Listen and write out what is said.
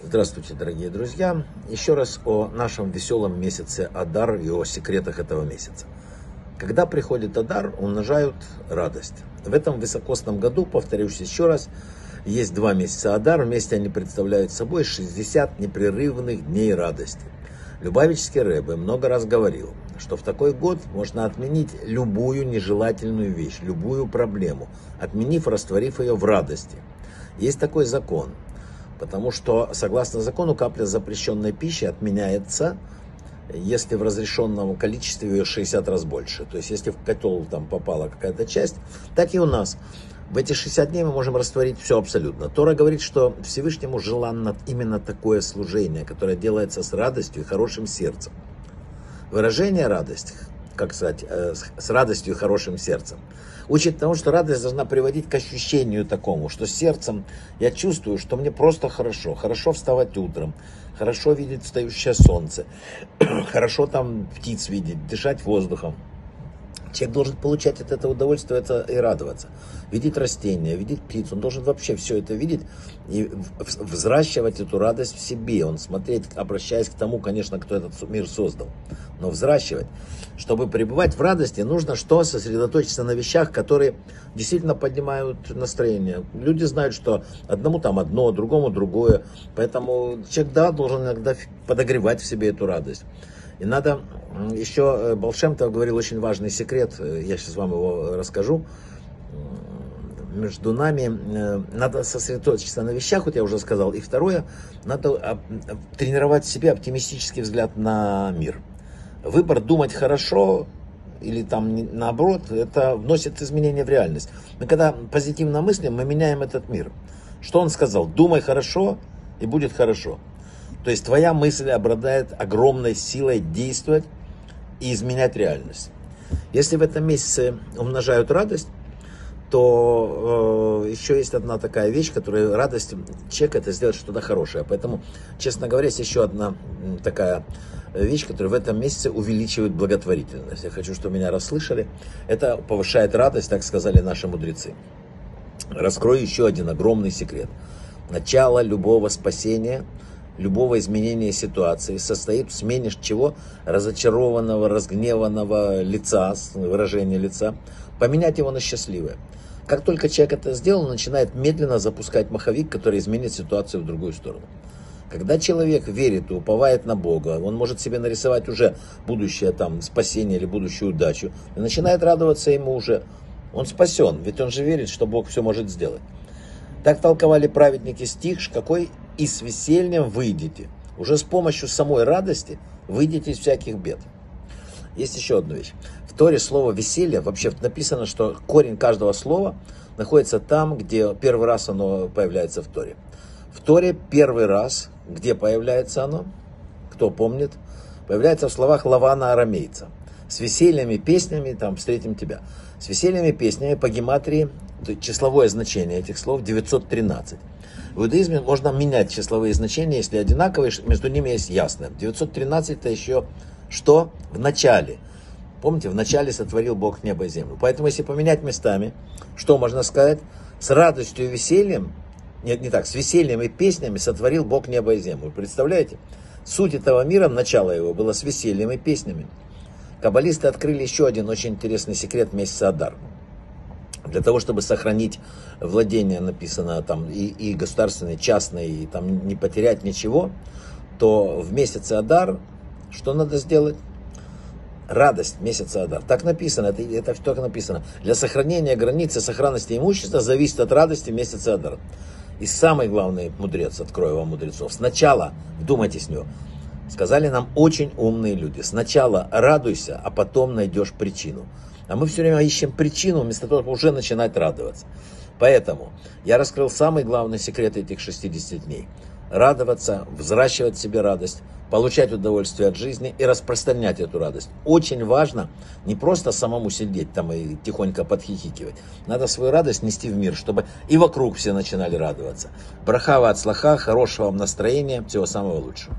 Здравствуйте, дорогие друзья! Еще раз о нашем веселом месяце Адар и о секретах этого месяца. Когда приходит Адар, умножают радость. В этом високосном году, повторюсь еще раз, есть 2 месяца Адар, вместе они представляют собой 60 непрерывных дней радости. Любавический Ребе много раз говорил, что в такой год можно отменить любую нежелательную вещь, любую проблему, отменив, растворив ее в радости. Есть такой закон. Потому что, согласно закону, капля запрещенной пищи отменяется, если в разрешенном количестве ее 60 раз больше. То есть, если в котел там попала какая-то часть, так и у нас. В эти 60 дней мы можем растворить все абсолютно. Тора говорит, что Всевышнему желанно именно такое служение, которое делается с радостью и хорошим сердцем. Выражение радость, как сказать, с радостью и хорошим сердцем, учит тому, что радость должна приводить к ощущению такому, что сердцем я чувствую, что мне просто хорошо. Хорошо вставать утром, хорошо видеть встающее солнце, хорошо там птиц видеть, дышать воздухом. Человек должен получать от этого удовольствие и радоваться. Видеть растения, видеть птиц. Он должен вообще все это видеть и взращивать эту радость в себе. Он смотреть, обращаясь к тому, конечно, кто этот мир создал. Но взращивать. Чтобы пребывать в радости, нужно что? Сосредоточиться на вещах, которые действительно поднимают настроение. Люди знают, что одному там одно, другому другое. Поэтому человек, да, должен иногда подогревать в себе эту радость. И надо еще, Баал Шем Тов говорил очень важный секрет, я сейчас вам его расскажу. Между нами надо сосредоточиться на вещах, вот я уже сказал. И второе, надо тренировать в себе оптимистический взгляд на мир. Выбор думать хорошо или там наоборот, это вносит изменения в реальность. Мы когда позитивно мыслим, мы меняем этот мир. Что он сказал? Думай хорошо и будет хорошо. То есть твоя мысль обладает огромной силой действовать и изменять реальность. Если в этом месяце умножают радость, то еще есть одна такая вещь, которая радость человека — это сделать что-то хорошее. Поэтому, честно говоря, есть еще одна такая вещь, которая в этом месяце увеличивает благотворительность. Я хочу, чтобы меня расслышали. Это повышает радость, так сказали наши мудрецы. Раскрою еще один огромный секрет. Начало любого спасения, любого изменения ситуации состоит в смене чего? Разочарованного, разгневанного лица, выражения лица, поменять его на счастливое. Как только человек это сделал, он начинает медленно запускать маховик, который изменит ситуацию в другую сторону. Когда человек верит и уповает на Бога, он может себе нарисовать уже будущее там, спасение или будущую удачу, и начинает радоваться ему уже. Он спасен, ведь он же верит, что Бог все может сделать. Так толковали праведники стих, какой и с весельем выйдете. Уже с помощью самой радости выйдете из всяких бед. Есть еще одна вещь. В Торе слово «веселье», вообще написано, что корень каждого слова находится там, где первый раз оно появляется в Торе. В Торе первый раз, где появляется оно, кто помнит, появляется в словах Лавана арамейца. С весельями, песнями, там, встретим тебя. С весельями, песнями по гематрии, числовое значение этих слов 913. В иудаизме можно менять числовые значения, если одинаковые, между ними есть ясное. 913 это еще что? В начале. Помните, в начале сотворил Бог небо и землю. Поэтому, если поменять местами, что можно сказать? С радостью и весельем, нет, не так, с весельем и песнями сотворил Бог небо и землю. Представляете? Суть этого мира, начало его, было с весельем и песнями. Каббалисты открыли еще один очень интересный секрет месяца Адар. Для того, чтобы сохранить владение, написано там, и государственные, частные, и там не потерять ничего, то в месяце Адар что надо сделать? Радость месяца Адар. Так написано, это только написано. Для сохранения границы сохранности имущества зависит от радости месяца Адар. И самый главный мудрец, открою вам мудрецов, сначала, вдумайтесь в него, сказали нам очень умные люди, сначала радуйся, а потом найдешь причину. А мы все время ищем причину, вместо того, чтобы уже начинать радоваться. Поэтому я раскрыл самый главный секрет этих 60 дней. Радоваться, взращивать в себе радость, получать удовольствие от жизни и распространять эту радость. Очень важно не просто самому сидеть там и тихонько подхихикивать. Надо свою радость нести в мир, чтобы и вокруг все начинали радоваться. Браха ва ацлаха, хорошего вам настроения, всего самого лучшего.